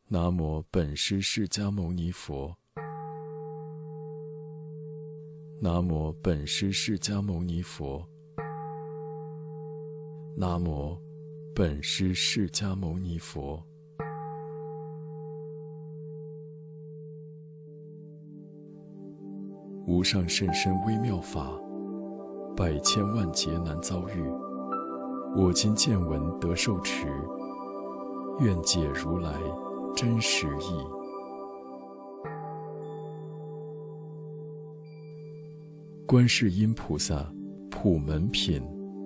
南无本师释迦牟尼佛。南无本师释迦牟尼佛。南无本师释迦牟尼佛。无上甚深微妙法，百千万劫难遭遇。我今见闻得受持，愿解如来真实义。观世音菩萨普门品。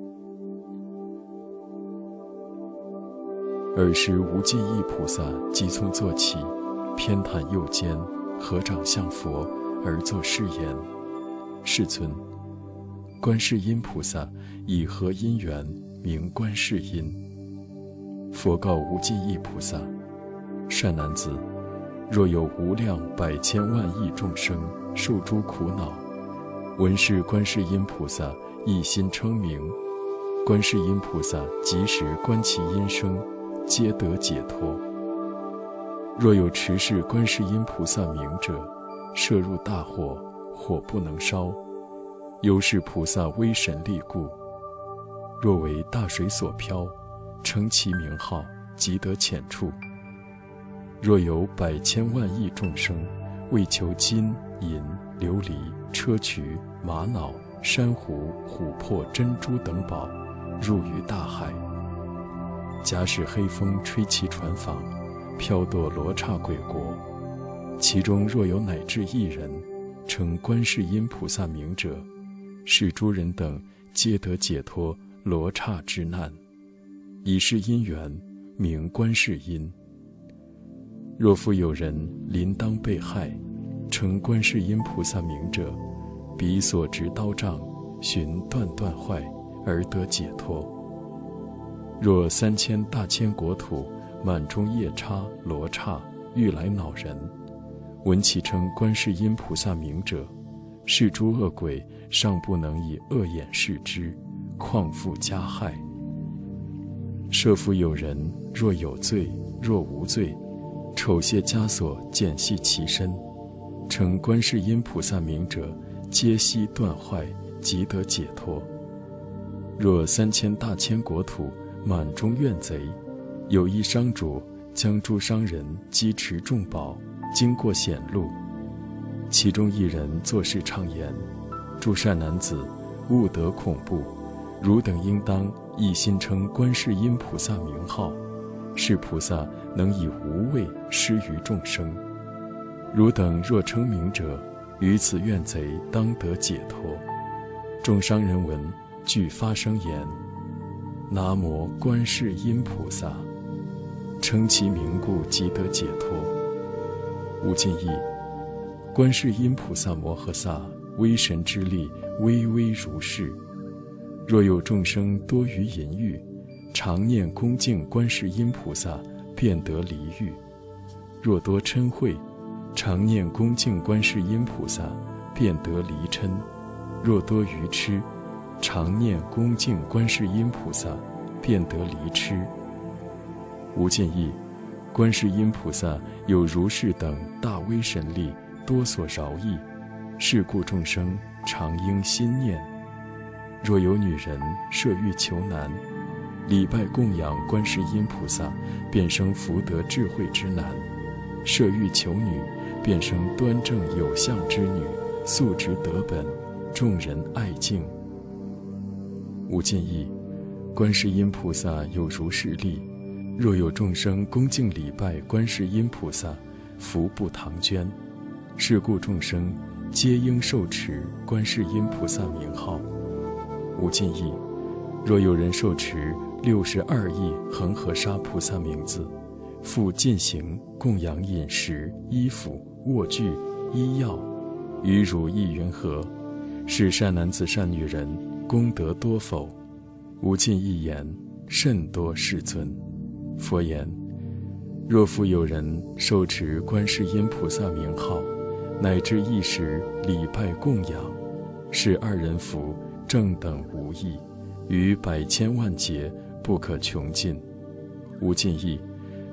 尔时无尽意菩萨即从坐起，偏袒右肩，合掌向佛而作是言：世尊，观世音菩萨以何因缘名观世音？佛告无尽意菩萨：善男子，若有无量百千万亿众生受诸苦恼，闻是观世音菩萨一心称名，观世音菩萨即时观其音声，皆得解脱。若有持是观世音菩萨名者，摄入大火，火不能烧，由是菩萨威神力故。若为大水所漂，称其名号，即得浅处。若有百千万亿众生为求金银琉璃砗磲玛瑙珊瑚琥珀珍珠等宝，入于大海，假使黑风吹其船舫，飘堕罗刹鬼国，其中若有乃至一人称观世音菩萨名者，是诸人等皆得解脱罗刹之难，以是因缘名观世音。若复有人临当被害，称观世音菩萨名者，彼所执刀杖寻断断坏，而得解脱。若3000大千国土满中夜叉罗刹欲来恼人，闻其称观世音菩萨名者，是诸恶鬼尚不能以恶眼视之，况复加害。设复有人若有罪若无罪，丑械枷锁剪系其身，称观世音菩萨名者，皆悉断坏，即得解脱。若3000大千国土满中怨贼，有一商主将诸商人积持重宝，经过险路，其中一人作事畅言：诸善男子，勿得恐怖，汝等应当一心称观世音菩萨名号，是菩萨能以无畏施于众生。汝等若称名者，于此怨贼当得解脱。众商人闻，俱发声言：南无观世音菩萨，称其名故，即得解脱。无尽意，观世音菩萨摩诃萨威神之力巍巍如是。若有众生多于淫欲，常念恭敬观世音菩萨，便得离欲。若多嗔恚，常念恭敬观世音菩萨，便得离嗔。若多愚痴，常念恭敬观世音菩萨，便得离痴。无尽意，观世音菩萨有如是等大威神力，多所饶益，是故众生常应心念。若有女人设欲求男，礼拜供养观世音菩萨，便生福德智慧之男；设欲求女，便生端正有相之女，素质德本，众人爱敬。无尽意，观世音菩萨有如是力，若有众生恭敬礼拜观世音菩萨，福不唐捐。是故众生皆应受持观世音菩萨名号。无尽意，若有人受持62亿恒河沙菩萨名字，复进行供养饮食衣服卧具医药，于汝意云何？是善男子善女人功德多否？无尽意言：甚多，世尊。佛言：若复有人受持观世音菩萨名号，乃至一时礼拜供养，是二人福正等无异，于百千万劫不可穷尽。无尽意，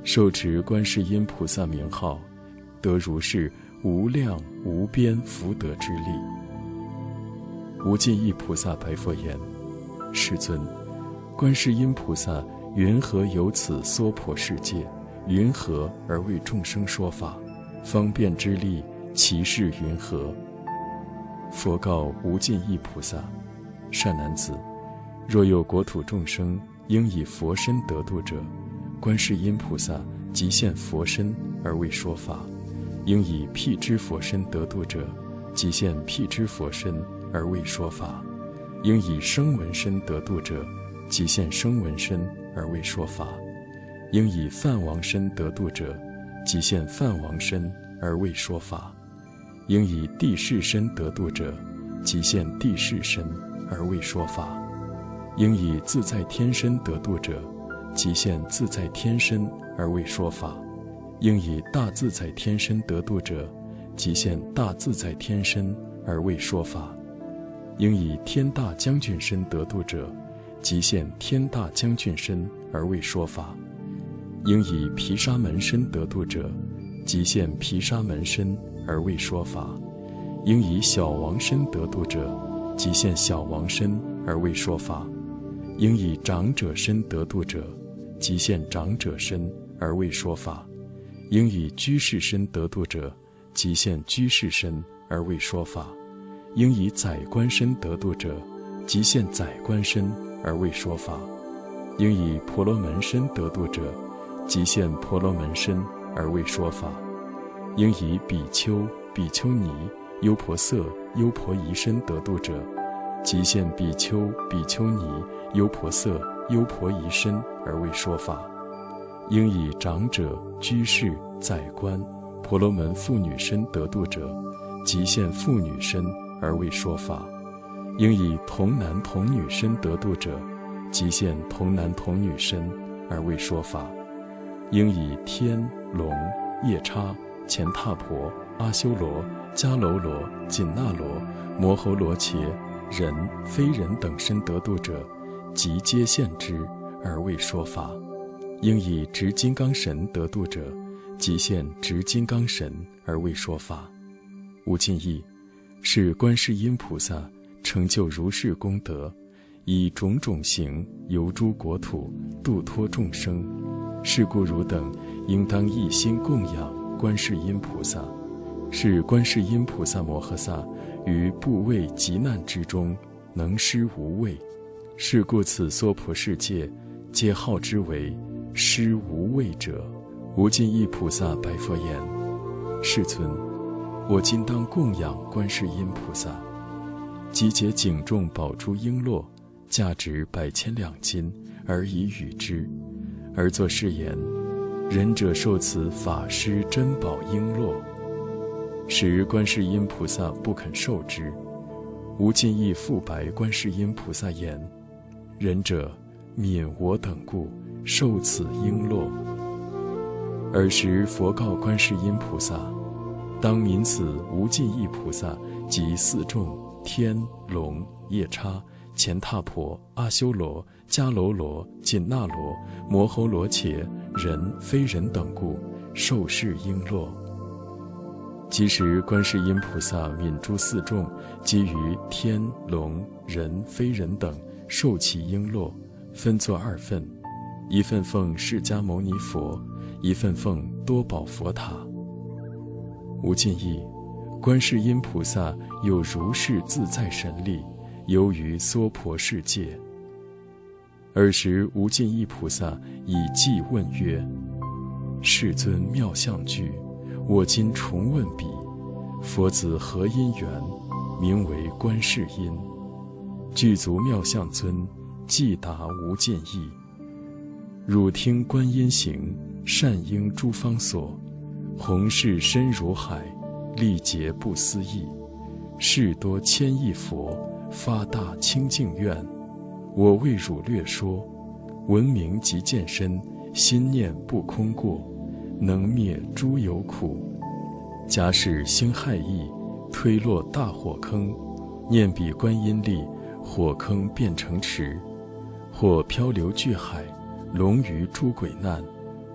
受持观世音菩萨名号，得如是无量无边福德之力。无尽意菩萨白佛言：世尊，观世音菩萨云何有此娑婆世界？云何而为众生说法？方便之力，其事云何？佛告无尽意菩萨：善男子，若有国土众生应以佛身得度者，观世音菩萨即现佛身而为说法；应以辟支佛身得度者，即现辟支佛身而为说法；应以声闻身得度者，即现声闻身而为说法；应以梵王身得度者，即现梵王身而为说法；应以地势身得度者，即现地势身而为说法；应以自在天身得度者，即现自在天身而为说法；应以大自在天身得度者，即现大自在天身而为说法；应以天大将军身得度者，即现天大将军身而为说法；应以毗沙门身得度者，即现毗沙门身而为说法；应以小王身得度者，即现小王身而为说法；应以长者身得度者，即现长者身而为说法；应以居士身得度者，即现居士身而为说法；应以宰官身得度者，即现宰官身而为说法；应以婆罗门身得度者，即现婆罗门身而为说法；应以比丘、比丘尼、优婆塞、优婆夷身得度者，即现比丘、比丘尼、优婆塞、优婆夷身而为说法；应以长者、居士、宰官、婆罗门妇女身得度者，即现妇女身而为说法；应以童男童女身得度者，即现童男童女身而为说法；应以天、龙、夜叉、乾闼婆、阿修罗、迦楼罗、紧那罗、摩吼罗伽、人、非人等身得度者，即皆现之而为说法；应以执金刚神得度者，即现执金刚神而为说法。无尽意，是观世音菩萨成就如是功德，以种种形游诸国土，度脱众生。是故汝等应当一心供养观世音菩萨，是观世音菩萨摩诃萨于怖畏急难之中能施无畏。是故此娑婆世界皆号之为施无畏者。无尽意菩萨白佛言：世尊，我今当供养观世音菩萨，集结颈重宝珠璎珞，价值100千两金，而以与之，而作是言：仁者受此法施珍宝璎珞。时观世音菩萨不肯受之。无尽意复白观世音菩萨言：仁者悯我等故，受此璎珞。尔时佛告观世音菩萨：当悯此无尽意菩萨及四众天、龙、夜叉、乾闼婆、阿修罗、迦楼罗、紧那罗、摩吼罗伽、人、非人等故，受是璎珞。即时观世音菩萨悯诸四众，基于天、龙、人、非人等，受其璎珞，分作2份，一份奉释迦牟尼佛，一份奉多宝佛塔。无尽意，观世音菩萨有如是自在神力，游于娑婆世界。尔时无尽意菩萨以偈问曰：世尊妙相具，我今重问彼，佛子何因缘，名为观世音？具足妙相尊，偈答无尽意。汝听观音行，善应诸方所，弘誓深如海，历劫不思议。事多千亿佛，发大清净愿。我为汝略说，闻名即见身，心念不空过，能灭诸有苦。假使兴害意，推落大火坑，念彼观音力，火坑变成池；或漂流巨海，龙于诸鬼难，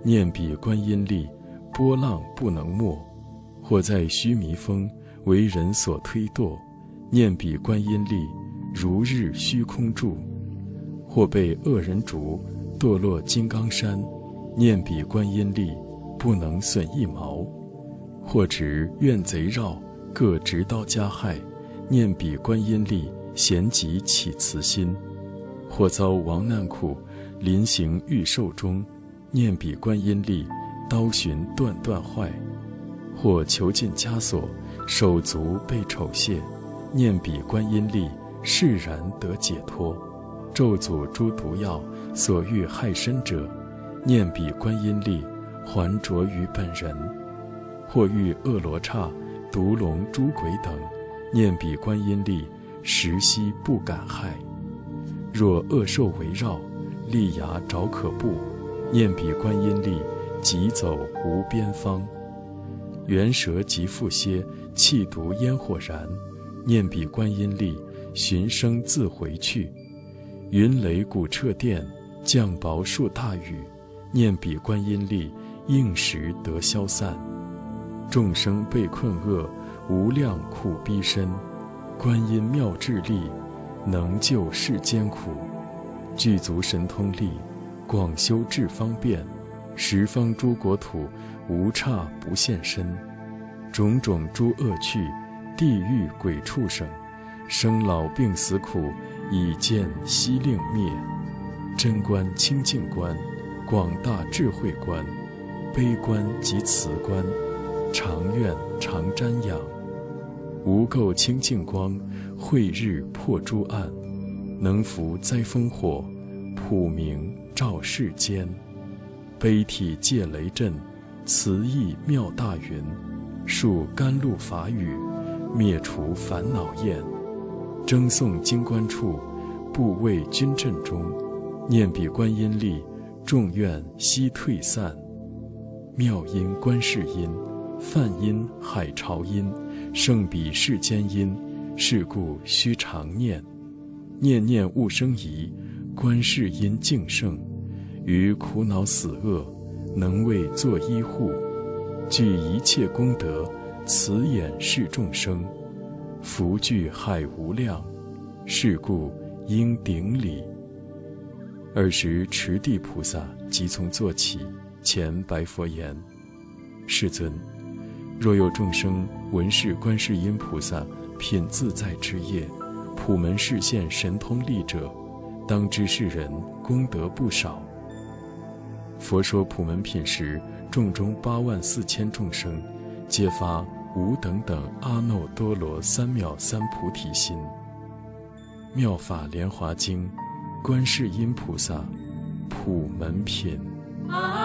念彼观音力，波浪不能没；或在须弥峰，为人所推堕，念彼观音力，如日虚空住；或被恶人逐，堕落金刚山，念彼观音力，不能损一毛；或指怨贼绕，各执刀加害，念彼观音力，咸即起慈心；或遭亡难苦，临行欲寿终，念彼观音力，刀寻断断坏；或囚禁枷锁，手足被丑亵，念彼观音力，释然得解脱；咒诅诸毒药，所欲害身者，念彼观音力，还着于本人；或遇恶罗刹、毒龙、诸鬼等，念彼观音力，时息不敢害；若恶兽围绕，利牙爪可怖，念彼观音力，疾走无边方；猿蛇及腹蝎，气毒烟火燃，念彼观音力，寻声自回去；云雷鼓彻电，降雹数大雨，念彼观音力，应时得消散；众生被困厄，无量苦逼身，观音妙智力，能救世间苦；具足神通力，广修智方便，十方诸国土，无刹不现身；种种诸恶趣，地狱鬼畜生，生老病死苦，已见悉令灭；真观清净观，广大智慧观，悲观及慈观，常愿常瞻仰；无垢清净光，慧日破诸暗，能伏灾风火，普明照世间；悲体戒雷震，慈意妙大云，述甘露法语，灭除烦恼厌；争诵经观处，不畏军阵中，念彼观音力，众怨悉退散；妙音观世音，梵音海潮音，胜彼世间音，是故须常念；念念勿生疑，观世音净圣，于苦恼死厄，能为作依护；具一切功德，慈眼视众生，福聚海无量，是故应顶礼。尔时持地菩萨即从坐起，前白佛言：世尊，若有众生闻是观世音菩萨品自在之业，普门示现神通力者，当知是人功德不少。佛说普门品时，众中84000众生，皆发无等等阿耨多罗三藐三菩提心。妙法莲华经，观世音菩萨普门品。